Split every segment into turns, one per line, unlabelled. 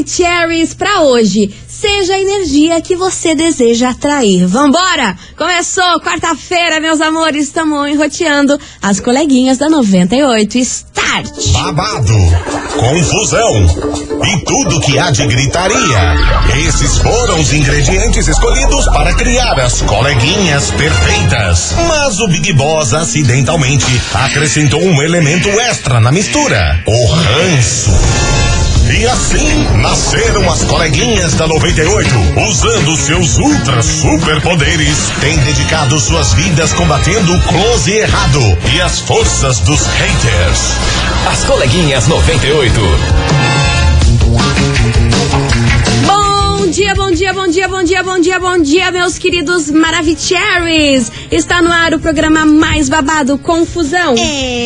Maravicheries pra hoje. Seja a energia que você deseja atrair. Vambora! Começou quarta-feira, meus amores. Estamos enroteando as coleguinhas da 98. Start!
Babado, confusão e tudo que há de gritaria. Esses foram os ingredientes escolhidos para criar as coleguinhas perfeitas. Mas o Big Boss acidentalmente acrescentou um elemento extra na mistura: o ranço. E assim nasceram as coleguinhas da 98, usando seus ultra superpoderes, têm dedicado suas vidas combatendo o close e errado e as forças dos haters.
As coleguinhas 98.
Bom dia, bom dia, bom dia, bom dia, bom dia, bom dia, meus queridos Maravicheries. Está no ar o programa mais babado, Confusão.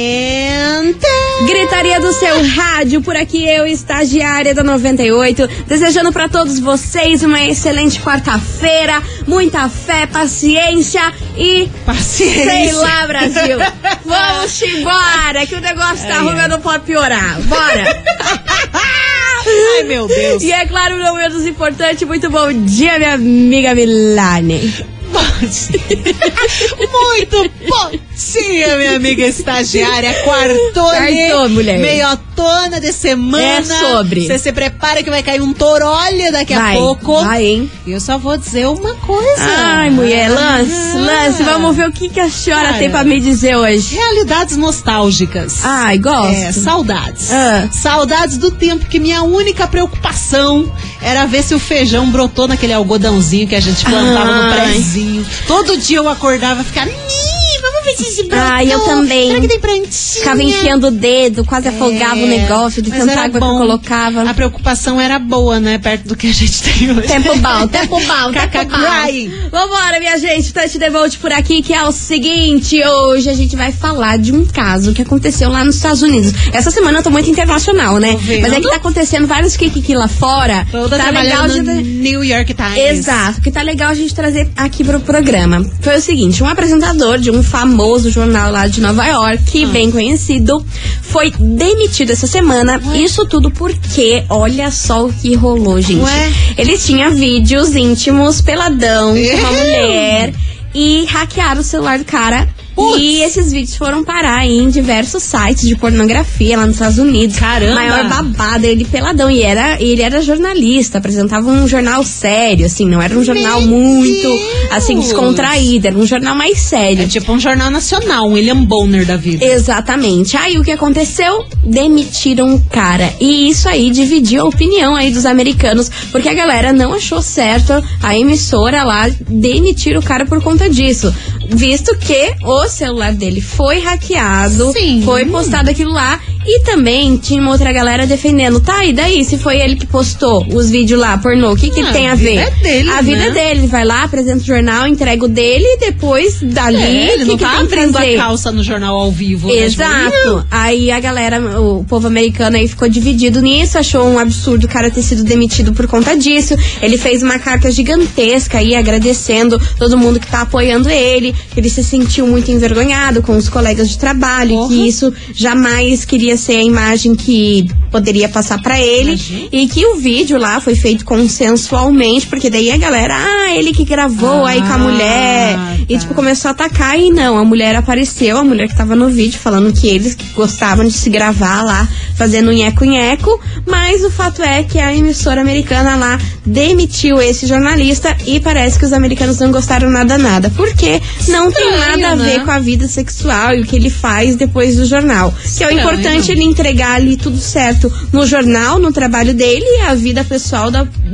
Gritaria do seu rádio, por aqui eu, estagiária da 98, desejando pra todos vocês uma excelente quarta-feira, muita fé, paciência e... sei lá, Brasil. Vamos embora, que o negócio tá ruim, não pode piorar. Bora!
Ai, meu Deus.
E é claro, não menos importante, muito bom dia, minha amiga Milane.
Muito bom dia, minha amiga estagiária.
Quartou, mulher.
Meiotona de semana.
É sobre.
Você se prepara que vai cair um torolho daqui a pouco.
Vai, hein?
E eu só vou dizer uma coisa.
Ai, mulher, Lance, vamos ver o que a senhora tem pra me dizer hoje.
Realidades nostálgicas.
Ai, gosto.
Saudades. Saudades do tempo que minha única preocupação era ver se o feijão brotou naquele algodãozinho que a gente plantava no prézinho. Todo dia eu acordava e ficava... Vamos ver se esse brotou.
Ai, eu também.
Será que tem plantinha?
Ficava enfiando o dedo, quase afogava o negócio de tanta água que eu colocava.
A preocupação era boa, né? Perto do que a gente tem hoje.
Tempo bom, tempo bom.
Crying.
Vambora, minha gente. Touch the Vote por aqui, que é o seguinte. Hoje a gente vai falar de um caso que aconteceu lá nos Estados Unidos. Essa semana eu tô muito internacional, né? Mas é que tá acontecendo vários kikiki lá fora.
Toda
tá legal
no New York Times.
Exato, que tá legal a gente trazer aqui pro programa. Foi o seguinte, um apresentador de um famoso jornal lá de Nova York, bem conhecido, foi demitido essa semana. Isso tudo porque, olha só o que rolou, gente. Ele tinha vídeos íntimos, peladão, com uma mulher, e hackearam o celular do cara. E esses vídeos foram parar em diversos sites de pornografia lá nos Estados Unidos.
Caramba!
Maior babada, ele peladão. E ele era jornalista, apresentava um jornal sério, assim, não era um jornal muito, assim, descontraído. Era um jornal mais sério.
É tipo um jornal nacional, um William Bonner da vida.
Exatamente. Aí o que aconteceu? Demitiram o cara. E isso aí dividiu a opinião aí dos americanos, porque a galera não achou certo a emissora lá demitir o cara por conta disso. Visto que o celular dele foi hackeado, foi postado aquilo lá, e também tinha uma outra galera defendendo, tá, e daí, se foi ele que postou os vídeos lá, pornô, o que ele tem a ver?
A vida é dele,
a vida é dele, ele vai lá, apresenta o jornal, entrega o dele, e depois, dali,
ele não tá abrindo
fazer?
A calça no jornal ao vivo.
Exato.
Né?
Aí a galera, o povo americano aí ficou dividido nisso, achou um absurdo o cara ter sido demitido por conta disso. Ele fez uma carta gigantesca aí, agradecendo todo mundo que tá apoiando ele, que ele se sentiu muito envergonhado com os colegas de trabalho, que isso jamais queria ser a imagem que poderia passar pra ele, e que o vídeo lá foi feito consensualmente, porque daí a galera, ele que gravou aí com a mulher, e tipo, começou a atacar, e não, a mulher apareceu, a mulher que tava no vídeo, falando que eles que gostavam de se gravar lá, fazendo nheco-nheco, mas o fato é que a emissora americana lá demitiu esse jornalista, e parece que os americanos não gostaram nada, porque não tem nada a ver com a vida sexual e o que ele faz depois do jornal. Que é o importante ele entregar ali tudo certo no jornal, no trabalho dele, e a vida pessoal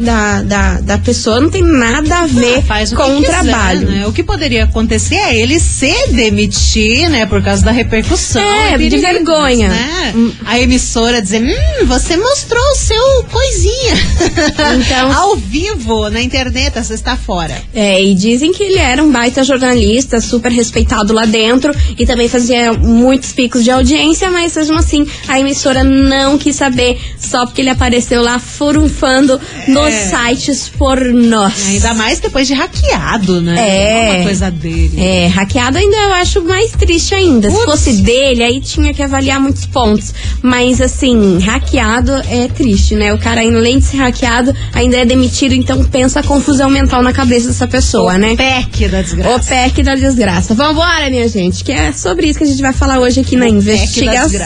da pessoa não tem nada a ver com o trabalho.
Né? O que poderia acontecer é ele se demitir, né, por causa da repercussão.
De vergonha.
Né? A emissora dizer, você mostrou o seu coisinha. Então, ao vivo, na internet, você está fora.
E dizem que ele era um baita jornalista, super respeitado lá dentro, e também fazia muitos picos de audiência, mas mesmo assim a emissora não quis saber, só porque ele apareceu lá furunfando nos sites pornôs.
Ainda mais depois de hackeado, né? Não é uma coisa dele.
Hackeado ainda eu acho mais triste ainda. Se fosse dele, aí tinha que avaliar muitos pontos. Mas assim, hackeado é triste, né? O cara, além de ser hackeado, ainda é demitido, então pensa a confusão mental na cabeça dessa pessoa, né?
O PEC da desgraça.
O PEC da desgraça. Vambora, minha gente, que é sobre isso que a gente vai falar hoje aqui na investigação.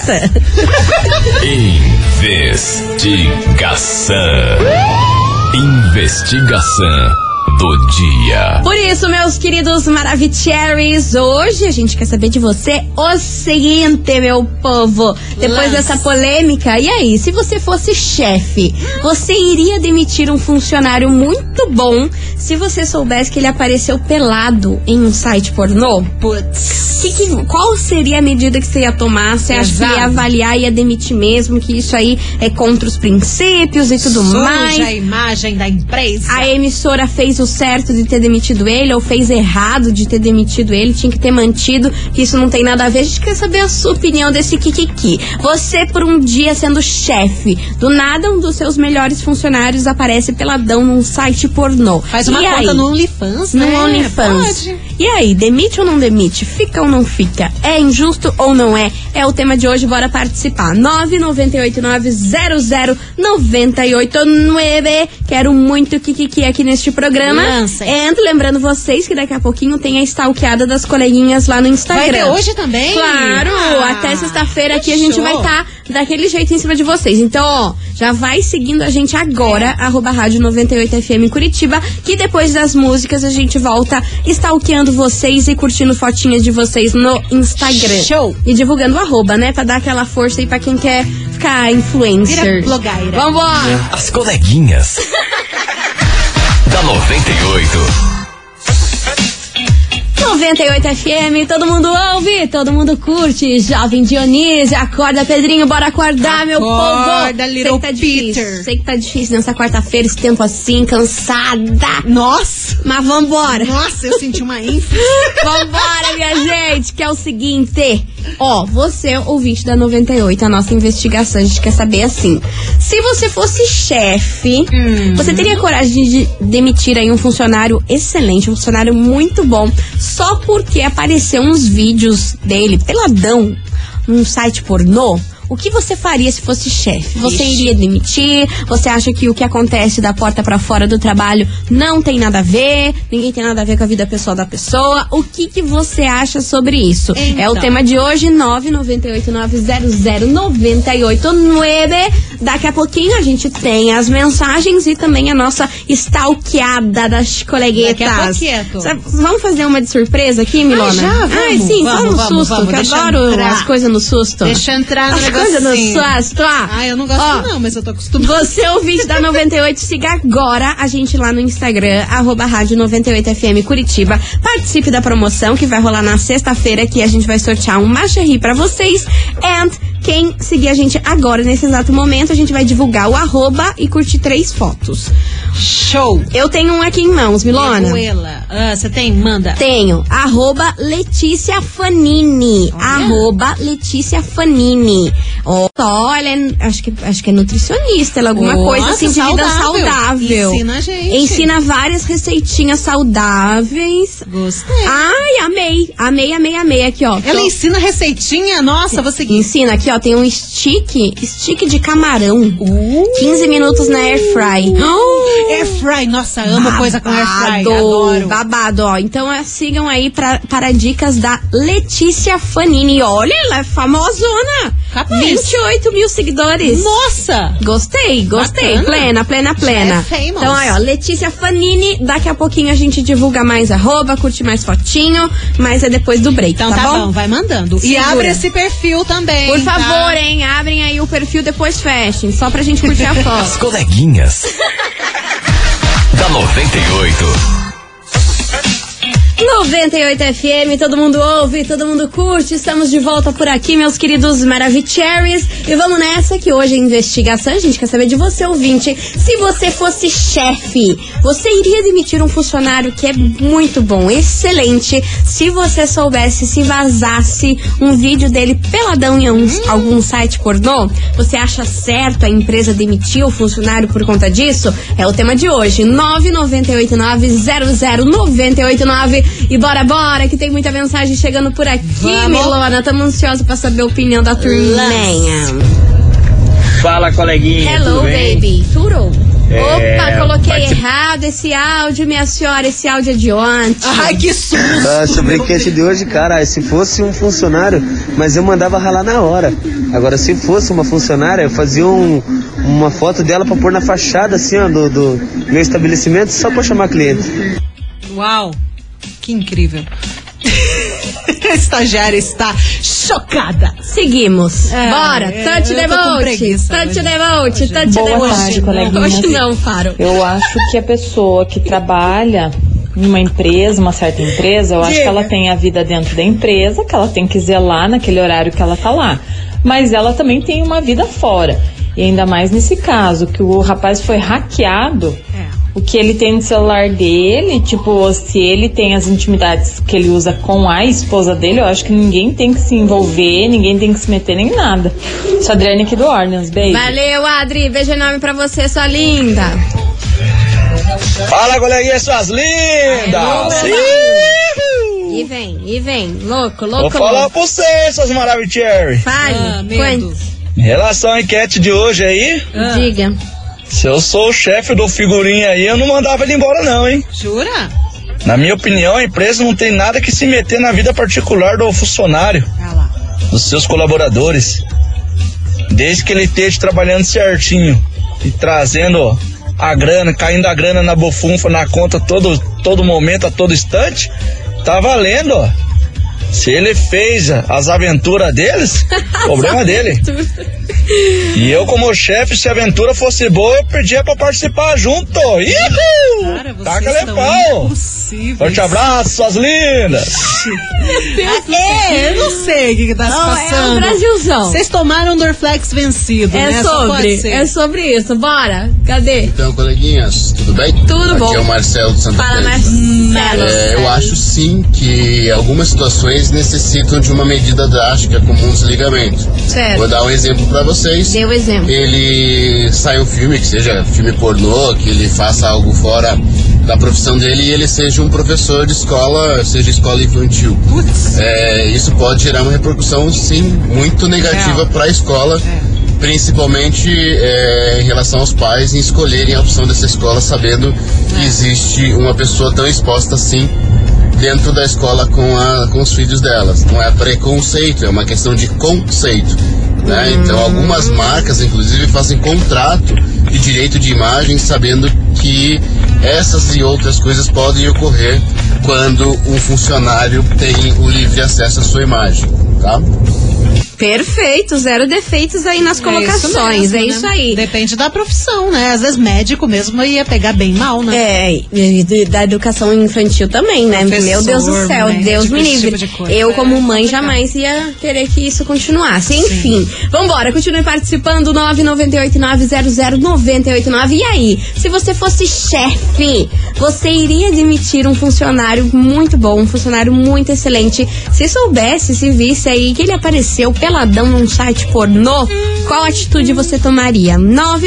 Investigação do dia.
Por isso, meus queridos Maravicheries, hoje a gente quer saber de você o seguinte, meu povo. Depois dessa polêmica, e aí, se você fosse chefe, você iria demitir um funcionário muito bom se você soubesse que ele apareceu pelado em um site pornô?
Putz.
Qual seria a medida que você ia tomar? Você acha que ia avaliar e ia demitir mesmo, que isso aí é contra os princípios e tudo mais?
Suja a imagem da empresa.
A emissora fez o certo de ter demitido ele ou fez errado de ter demitido ele, tinha que ter mantido, que isso não tem nada a ver. A gente quer saber a sua opinião desse kikiki. Você, por um dia sendo chefe, do nada um dos seus melhores funcionários aparece peladão num site pornô.
Faz uma conta no OnlyFans, né?
No OnlyFans.
Pode.
E aí, demite ou não demite? Fica ou não fica? É injusto ou não é? É o tema de hoje, bora participar. 998900989. Quero muito kikiki aqui neste programa. Entro lembrando vocês que daqui a pouquinho tem a stalkeada das coleguinhas lá no Instagram.
Vai ter hoje também?
Claro, até sexta-feira aqui a gente vai estar daquele jeito em cima de vocês. Então, ó, já vai seguindo a gente agora, @rádio 98FM em Curitiba, que depois das músicas a gente volta stalkeando vocês e curtindo fotinhas de vocês no Instagram.
Show!
E divulgando o @, né? Pra dar aquela força aí pra quem quer ficar influencer.
Vira blogueira.
Vambora!
As coleguinhas da 98.
98 FM, todo mundo ouve, todo mundo curte. Jovem Dionísio, acorda, Pedrinho, bora acordar, meu povo.
Acorda, Little Peter.
Sei que tá difícil nessa quarta-feira, esse tempo assim, cansada.
Nossa!
Mas vambora.
Nossa, eu senti uma ênfase.
Vambora, minha gente, que é o seguinte. Ó, você, ouvinte da 98, a nossa investigação, a gente quer saber assim. Se você fosse chefe, você teria coragem de demitir aí um funcionário excelente, um funcionário muito bom, só porque apareceu uns vídeos dele peladão num site pornô? O que você faria se fosse chefe? Você iria demitir? Você acha que o que acontece da porta pra fora do trabalho não tem nada a ver? Ninguém tem nada a ver com a vida pessoal da pessoa? O que você acha sobre isso?
Então.
É o tema de hoje, 998900989. Daqui a pouquinho a gente tem as mensagens e também a nossa stalkeada das coleguetas.
Daqui a pouquinho.
Vamos fazer uma de surpresa aqui, Milona?
Já, vamos.
Ai, sim, só no susto, que eu adoro as coisas no susto.
Deixa eu entrar no negócio.
Coisa no susto.
Eu não gosto não, mas eu tô acostumada.
Você, ouvinte da 98, siga agora a gente lá no Instagram, @rádio 98FM Curitiba. Participe da promoção que vai rolar na sexta-feira, que a gente vai sortear um Macherry pra vocês. And quem seguir a gente agora, nesse exato momento, a gente vai divulgar o @ e curtir 3 fotos.
Show!
Eu tenho um aqui em mãos, Milona.
Você tem? Manda.
Tenho. @Letícia Fanini. @Letícia Fanini. Olha, acho que é nutricionista, ela alguma coisa assim de vida saudável.
Ensina a gente.
Ensina várias receitinhas saudáveis.
Gostei.
Ai, amei aqui, ó.
Ela ensina receitinha? Nossa, vou seguir.
Ensina aqui, ó, tem um stick de camarão. 15 minutos na air fry.
Air fry, nossa, amo coisa com air fry, adoro.
Babado, ó. Então sigam aí para dicas da Letícia Fanini. Olha, ela é famosona.
Capaz.
28 mil seguidores.
Nossa!
Gostei.
Bacana.
Plena.
É famous.
Então aí, ó, Letícia Fanini. Daqui a pouquinho a gente divulga mais @, curte mais fotinho, mas é depois do break,
então
tá bom?
Vai mandando.
Segura.
E abre esse perfil também.
Por favor, hein? Abrem aí o perfil, depois fechem, só pra gente curtir a foto.
As coleguinhas da 98.
98 FM, todo mundo ouve, todo mundo curte. Estamos de volta por aqui, meus queridos Maravicheries. E vamos nessa, que hoje é investigação. A gente quer saber de você, ouvinte. Se você fosse chefe, você iria demitir um funcionário que é muito bom, excelente, se você soubesse, se vazasse um vídeo dele peladão em algum site pornô? Você acha certo a empresa demitir o funcionário por conta disso? É o tema de hoje. 998900989. E bora, que tem muita mensagem chegando por aqui, Milona. Tamo ansiosa pra saber a opinião da turminha.
Fala, coleguinha.
Hello,
tudo bem?
baby. Tudo? Opa, coloquei errado esse áudio, minha senhora. Esse áudio é de ontem.
Ai, que susto!
Sobre a enquete de hoje, cara, se fosse um funcionário, mas eu mandava ralar na hora. Agora, se fosse uma funcionária, eu fazia uma foto dela pra pôr na fachada, assim, ó, do meu estabelecimento, só pra chamar cliente.
Uau, que incrível. A estagiária está chocada.
Seguimos. Bora. Touch the vote. Touch the vote. Touch the
Boa tarde,
vote.
coleguinha.
Hoje não, Faro.
Eu acho que a pessoa que trabalha numa empresa, uma certa empresa, eu acho que ela tem a vida dentro da empresa, que ela tem que zelar naquele horário que ela tá lá. Mas ela também tem uma vida fora. E ainda mais nesse caso, que o rapaz foi hackeado. O que ele tem no celular dele, tipo, se ele tem as intimidades que ele usa com a esposa dele, eu acho que ninguém tem que se envolver, ninguém tem que se meter nem nada. Sou a Adriane aqui do Orleans, beijo.
Valeu, Adri. Beijo enorme pra você, sua linda.
Fala, coleguinha, suas lindas.
E vem. Louco.
Vou falar pra vocês, suas maravilhosas.
Fale. Quantos?
Em relação à enquete de hoje aí,
Diga.
se eu sou o chefe do figurinha aí, eu não mandava ele embora não, hein?
Jura?
Na minha opinião, a empresa não tem nada que se meter na vida particular do funcionário, dos seus colaboradores. Desde que ele esteja trabalhando certinho e trazendo a grana, caindo a grana na bufunfa, na conta todo momento, a todo instante, tá valendo, ó. Se ele fez as aventuras deles, problema dele. E eu, como chefe, se a aventura fosse boa, eu pedia pra participar junto.
Cara,
Taca lepau. Forte abraço, suas lindas.
Eu não sei o que tá se passando.
É o Brasilzão.
Vocês tomaram o Dorflex vencido, né?
É sobre isso. Bora. Cadê?
Então, coleguinhas, tudo bem?
Tudo bom.
Aqui é o Marcelo de Santa
Fala,
Teresa.
Marcelo.
Eu acho sim que algumas situações necessitam de uma medida drástica, como um desligamento.
Certo.
Vou dar um exemplo pra vocês.
Dê o exemplo.
Ele sai um filme, que seja filme pornô, que ele faça algo fora da profissão dele e ele seja um professor de escola, seja escola infantil. Isso pode gerar uma repercussão, sim, muito negativa para a escola, principalmente em relação aos pais em escolherem a opção dessa escola, sabendo que existe uma pessoa tão exposta assim dentro da escola com os filhos delas. Não é preconceito, é uma questão de conceito. Né? Então algumas marcas inclusive fazem contrato de direito de imagem sabendo que essas e outras coisas podem ocorrer quando um funcionário tem o livre acesso à sua imagem, tá?
Perfeito, zero defeitos aí nas colocações, é isso aí.
Depende da profissão, né? Às vezes médico mesmo ia pegar bem mal, né?
E da educação infantil também, né?
Professor,
meu Deus do céu,
médico,
Deus me
esse
livre.
tipo de coisa.
Eu, como mãe, jamais ia querer que isso continuasse. Enfim, vambora, continue participando, 998900989. E aí, se você fosse chefe, você iria demitir um funcionário muito bom, um funcionário muito excelente, se soubesse, se visse aí que ele apareceu peladão num site pornô, qual atitude você tomaria?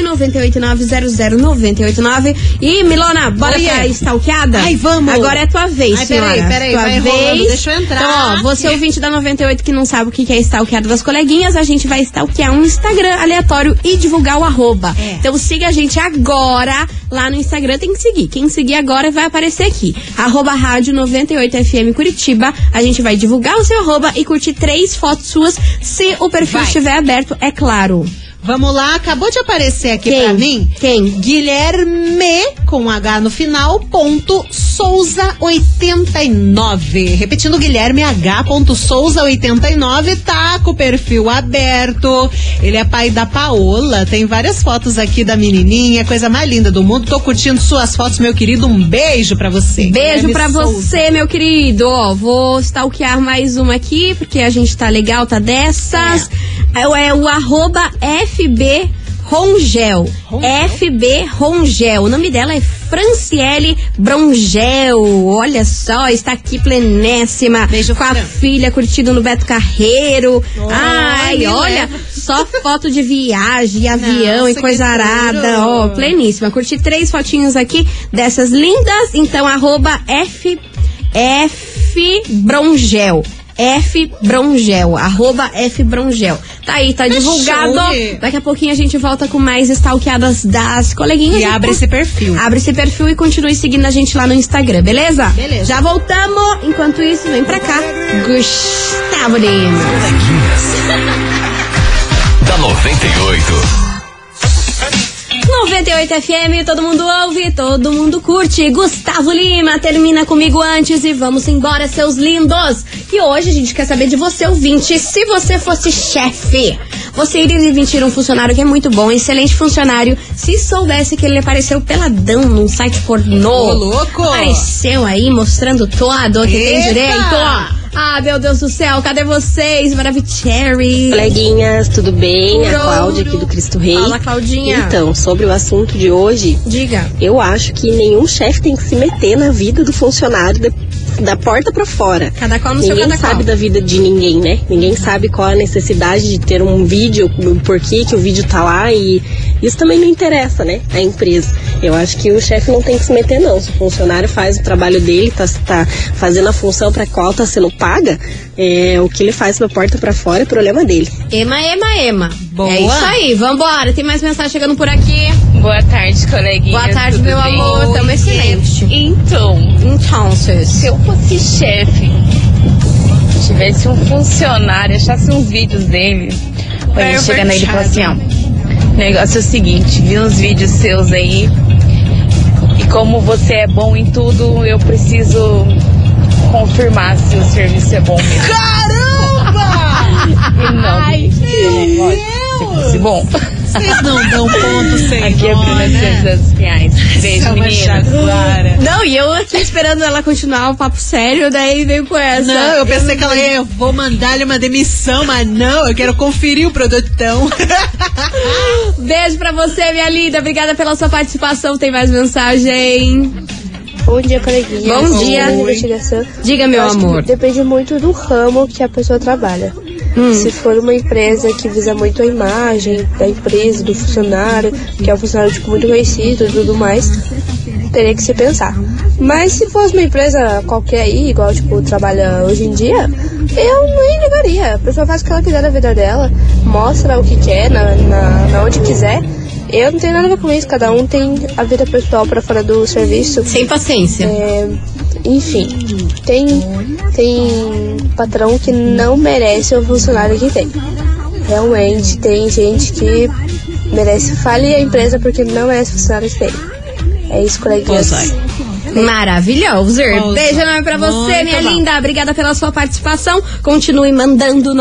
998900989. E Milona, bora pra stalkeada?
Ai, vamos.
Agora é tua vez, senhora.
Peraí,
tua
vai
vez.
rolando, deixa eu entrar.
Então, ó, você ouvinte da 98 que não sabe o que é stalkeada das coleguinhas, a gente vai stalkear um Instagram aleatório e divulgar o arroba. Então siga a gente agora lá no Instagram, tem que seguir. Quem seguir agora vai aparecer aqui. Arroba Rádio 98FM Curitiba. A gente vai divulgar o seu arroba e curtir 3 fotos suas, se o perfil estiver aberto, é claro.
Vamos lá, acabou de aparecer aqui pra mim.
Quem?
Guilherme, com H no final, ponto Souza 89. Repetindo, Guilherme H. Souza 89, tá com o perfil aberto. Ele é pai da Paola, tem várias fotos aqui da menininha, coisa mais linda do mundo. Tô curtindo suas fotos, meu querido. Um beijo pra você.
Beijo
Guilherme
pra
Souza.
você, meu querido. Ó, vou stalkear mais uma aqui, porque a gente tá legal, tá dessas. É o arroba FB Rongel. FB Rongel. O nome dela é Franciele Brongel. Olha só, está aqui plenésima.
Beijo,
com a filha curtindo no Beto Carreiro. Ai, olha, só foto de viagem, avião e coisa arada. Ó, pleníssima. Curti 3 fotinhos aqui dessas lindas. Então, arroba F Brongel. @fbrongel. @fbrongel. Tá aí, tá divulgado. Daqui a pouquinho a gente volta com mais stalkeadas das coleguinhas.
E abre esse perfil.
Abre esse perfil e continue seguindo a gente lá no Instagram, beleza?
Beleza.
Já voltamos. Enquanto isso, vem pra cá, Gustavo Lima.
Coleguinhas. Da 98.
98 FM, todo mundo ouve, todo mundo curte. Gustavo Lima, termina comigo antes e vamos embora, seus lindos. E hoje a gente quer saber de você, ouvinte. Se você fosse chefe, você iria demitir um funcionário que é muito bom, excelente funcionário, se soubesse que ele apareceu peladão num site pornô.
Ô, louco!
Apareceu aí mostrando todo que tem direito. Ah, meu Deus do céu, cadê vocês, Maravicherry?
Coleguinhas, tudo bem? A Cláudia aqui do Cristo Rei.
Fala, Claudinha.
Então, sobre o assunto de hoje,
diga.
Eu acho que nenhum chefe tem que se meter na vida do funcionário da porta pra fora.
Cada qual no seu cada
Ninguém sabe da vida de ninguém, né? Ninguém sabe qual a necessidade de ter um vídeo, por que o vídeo tá lá, e isso também não interessa, né? A empresa. Eu acho que o chefe não tem que se meter, não. Se o funcionário faz o trabalho dele, tá fazendo a função pra qual tá sendo paga, o que ele faz da porta pra fora é problema dele.
Ema.
Boa.
É isso aí, vambora. Tem mais mensagem chegando por aqui.
Boa tarde, coleguinha.
Boa tarde, meu amor. Tamo excelente.
Então, se eu fosse chefe, tivesse um funcionário, achasse uns vídeos dele, ele chega nele e fala assim, ó, o negócio é o seguinte, vi uns vídeos seus aí, e como você é bom em tudo, eu preciso confirmar se o serviço é bom mesmo.
Caramba!
E não, se fosse bom.
Vocês não dão ponto sem
Aqui é Bruna das Reais. Beijo, meninas.
Não, e eu aqui esperando ela continuar o papo sério, daí veio com essa.
Não, eu pensei que eu vou mandar-lhe uma demissão, mas não, eu quero conferir o produtão.
Beijo pra você, minha linda. Obrigada pela sua participação. Tem mais mensagem?
Bom dia, coleguinha.
Bom dia.
Investigação.
Diga, meu amor.
Depende muito do ramo que a pessoa trabalha. Se for uma empresa que visa muito a imagem da empresa, do funcionário, que é um funcionário tipo, muito conhecido e tudo mais, teria que se pensar. Mas se fosse uma empresa qualquer aí, igual tipo trabalha hoje em dia, eu nem ligaria. A pessoa faz o que ela quiser na vida dela, mostra o que quer, na onde quiser. Eu não tenho nada a ver com isso, cada um tem a vida pessoal pra fora do serviço.
Sem paciência.
Enfim, tem patrão que não merece o funcionário que tem. Realmente, tem gente que merece falir a empresa porque não merece o funcionário que tem. É isso, coleguinhas.
Maravilhoso. Beijo enorme pra você, minha linda. Obrigada pela sua participação. Continue mandando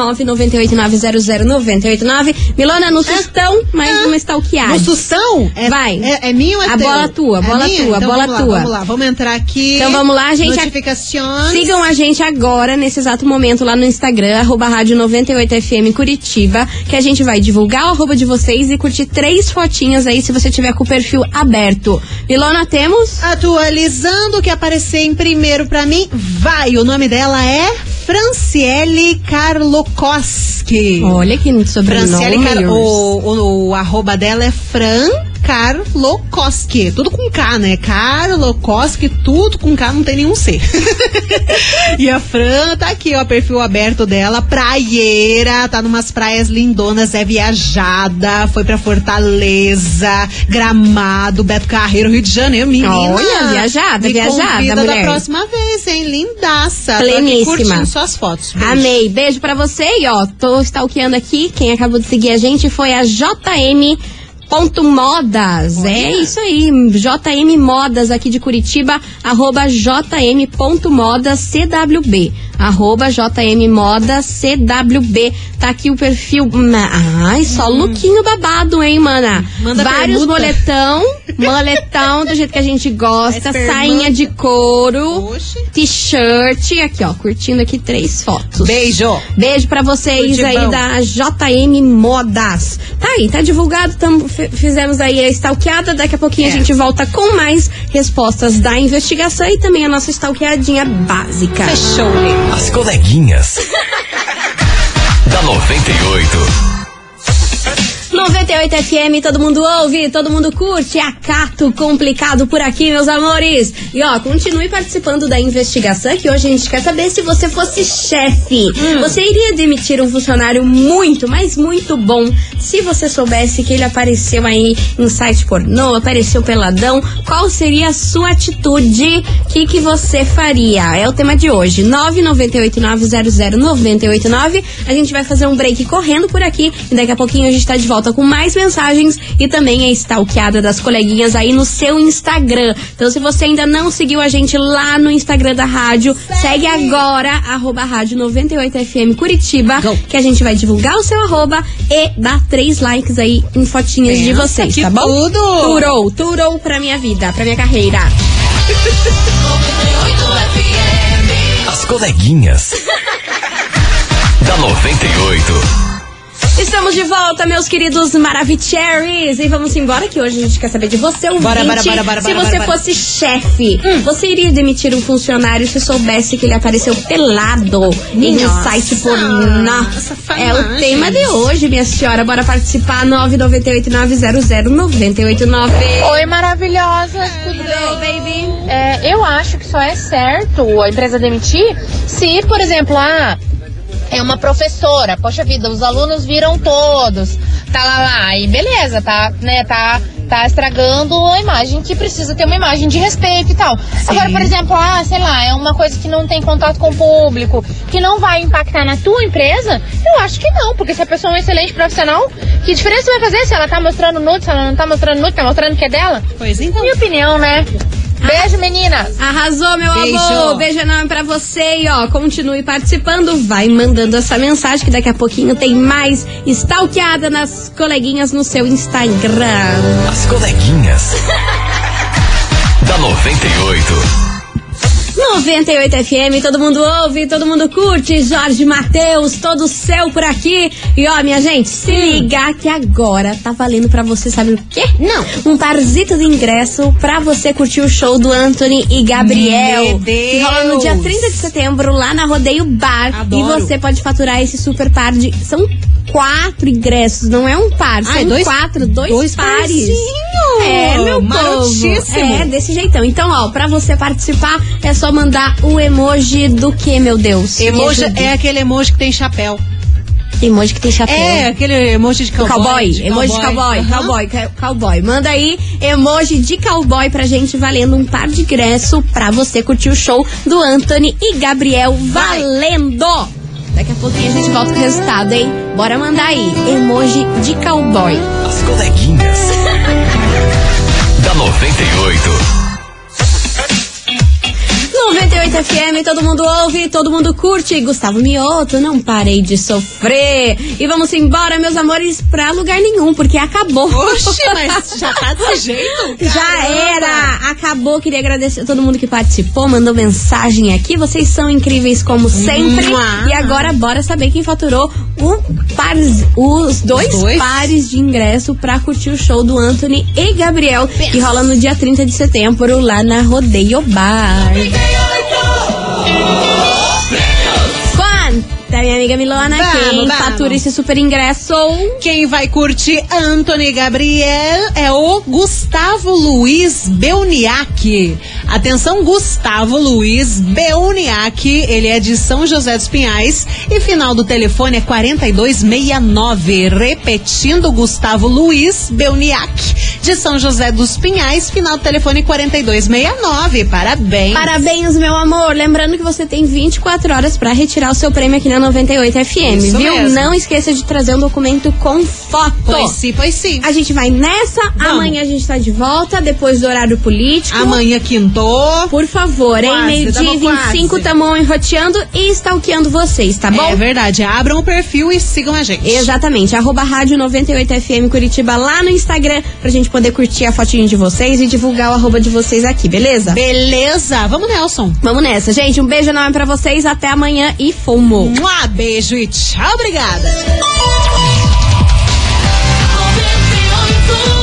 998900989. Milona, no sustão, mais uma stalkeada.
No sustão?
Vai.
É minha ou é
a
teu?
bola tua, bola
minha?
tua,
então
bola
vamos
tua.
Vamos lá, vamos entrar aqui.
Então vamos lá, gente.
Notificações.
Sigam a gente agora, nesse exato momento, lá no Instagram, @rádio 98FM Curitiba, que a gente vai divulgar o arroba de vocês e curtir 3 fotinhas aí, se você tiver com o perfil aberto. Milona, temos?
Atualizando o que apareceu em primeiro pra mim, vai. O nome dela é Franciele Karlokoski.
Olha que sobrenome.
Franciele o arroba dela é Fran Karlokoski. Tudo com K, né? Karlokoski, tudo com K, não tem nenhum C. E a Fran tá aqui, ó, perfil aberto dela, praieira, tá numas praias lindonas, é viajada, foi pra Fortaleza, Gramado, Beto Carreiro, Rio de Janeiro, menina.
Olha, viajada,
convida
mulher.
da próxima vez, hein? Lindaça.
Pleníssima.
Tô aqui curtindo suas fotos. Beijo.
Amei. Beijo pra você. E ó, tô stalkeando aqui. Quem acabou de seguir a gente foi a JM.modas. É isso aí. JM Modas aqui de Curitiba. @JM.modasCWB. @JMModasCWB. Tá aqui o perfil. Ai, só lookinho babado, hein, mana?
Manda
vários moletão do jeito que a gente gosta, sainha de couro, t-shirt, aqui ó, curtindo aqui 3 fotos.
Beijo
pra vocês aí da JM Modas. Tá aí, tá divulgado, fizemos aí a stalkeada, daqui a pouquinho a gente volta com mais respostas da investigação e também a nossa stalkeadinha básica.
Fechou.
As coleguinhas da 98.
98 FM, todo mundo ouve, todo mundo curte. Acato complicado por aqui, meus amores. E ó, continue participando da investigação, que hoje a gente quer saber se você fosse chefe. Você iria demitir um funcionário muito, mas muito bom, se você soubesse que ele apareceu aí em site pornô, apareceu peladão? Qual seria a sua atitude? O que você faria? É o tema de hoje. 998900989. A gente vai fazer um break correndo por aqui e daqui a pouquinho a gente tá de volta com mais mensagens e também a stalkeada das coleguinhas aí no seu Instagram. Então, se você ainda não seguiu a gente lá no Instagram da rádio, segue agora, @rádio 98FM Curitiba, que a gente vai divulgar o seu arroba e dar 3 likes aí em fotinhas de vocês, tá bom?
Tudo!
Turou pra minha vida, pra minha carreira.
As coleguinhas da 98.
Estamos de volta, meus queridos Maravicheries. E vamos embora, que hoje a gente quer saber de você, ouvinte.
Bora,
se você fosse chefe, você iria demitir um funcionário se soubesse que ele apareceu pelado em um site pornô? É o tema de hoje, minha senhora. Bora participar, 998-900-989.
Oi, maravilhosas, tudo bem?
Baby?
Eu acho que só é certo a empresa demitir se, por exemplo, é uma professora, poxa vida, os alunos viram todos, tá lá, e beleza, tá estragando a imagem, que precisa ter uma imagem de respeito e tal. Sim. Agora, por exemplo, sei lá, é uma coisa que não tem contato com o público, que não vai impactar na tua empresa, eu acho que não, porque se a pessoa é um excelente profissional, que diferença vai fazer se ela tá mostrando nude, se ela não tá mostrando nude, tá mostrando que é dela?
Pois então.
Minha opinião, né? Beijo, meninas!
Arrasou, meu amor! Beijo enorme pra você e continue participando, vai mandando essa mensagem que daqui a pouquinho tem mais stalkeada nas coleguinhas no seu Instagram.
As coleguinhas da 98.
98 FM, todo mundo ouve, todo mundo curte. Jorge Mateus, todo seu por aqui. E minha gente, se ligar que agora tá valendo pra você, sabe o quê?
Não.
Um parzito de ingresso pra você curtir o show do Anthony e Gabriel.
Meu Deus.
Que rola no dia 30 de setembro lá na Rodeio Bar.
Adoro.
E você pode faturar esse super par de... São 4 ingressos, não é um par, são 2 pares. Meu povo. É, desse jeitão. Então, pra você participar, é só mandar o emoji do que, meu Deus?
Emoji é aquele emoji que tem chapéu.
Emoji que tem chapéu.
É, aquele emoji de cowboy.
Emoji de cowboy. Cowboy. Manda aí emoji de cowboy pra gente, valendo um par de ingresso pra você curtir o show do Anthony e Gabriel. Valendo! Daqui a pouquinho a gente volta com o resultado, hein? Bora mandar aí, emoji de cowboy.
As coleguinhas da 98.
98 FM, todo mundo ouve, todo mundo curte. Gustavo Mioto, não parei de sofrer. E vamos embora, meus amores, pra lugar nenhum, porque acabou.
Oxe, mas já tá desse jeito?
Já era, acabou. Queria agradecer a todo mundo que participou, mandou mensagem aqui. Vocês são incríveis como sempre. E agora bora saber quem faturou os dois pares de ingresso pra curtir o show do Anthony e Gabriel, que rola no dia 30 de setembro lá na Rodeio Bar. Da minha amiga Milona, quem fatura esse super ingresso?
Quem vai curtir Anthony Gabriel é o Gustavo Luiz Belniak. Atenção, Gustavo Luiz Belniak, ele é de São José dos Pinhais e final do telefone é 4269. Repetindo, Gustavo Luiz Belniak, de São José dos Pinhais, final do telefone 4269. Parabéns.
Parabéns, meu amor. Lembrando que você tem 24 horas pra retirar o seu prêmio aqui na 98 FM,
isso
viu?
Mesmo.
Não esqueça de trazer um documento com foto.
Pois sim.
A gente vai nessa. Vamos. Amanhã a gente tá de volta, depois do horário político.
Amanhã quintou.
Por favor, hein? Meio-dia e 25, tamo enroteando e stalkeando vocês, tá bom?
É verdade. Abram o perfil e sigam a gente.
Exatamente. @rádio 98 FM Curitiba lá no Instagram, pra gente poder curtir a fotinho de vocês e divulgar o arroba de vocês aqui, beleza?
Beleza. Vamos, Nelson.
Vamos nessa, gente. Um beijo enorme pra vocês. Até amanhã e fomos.
Beijo e tchau, obrigada.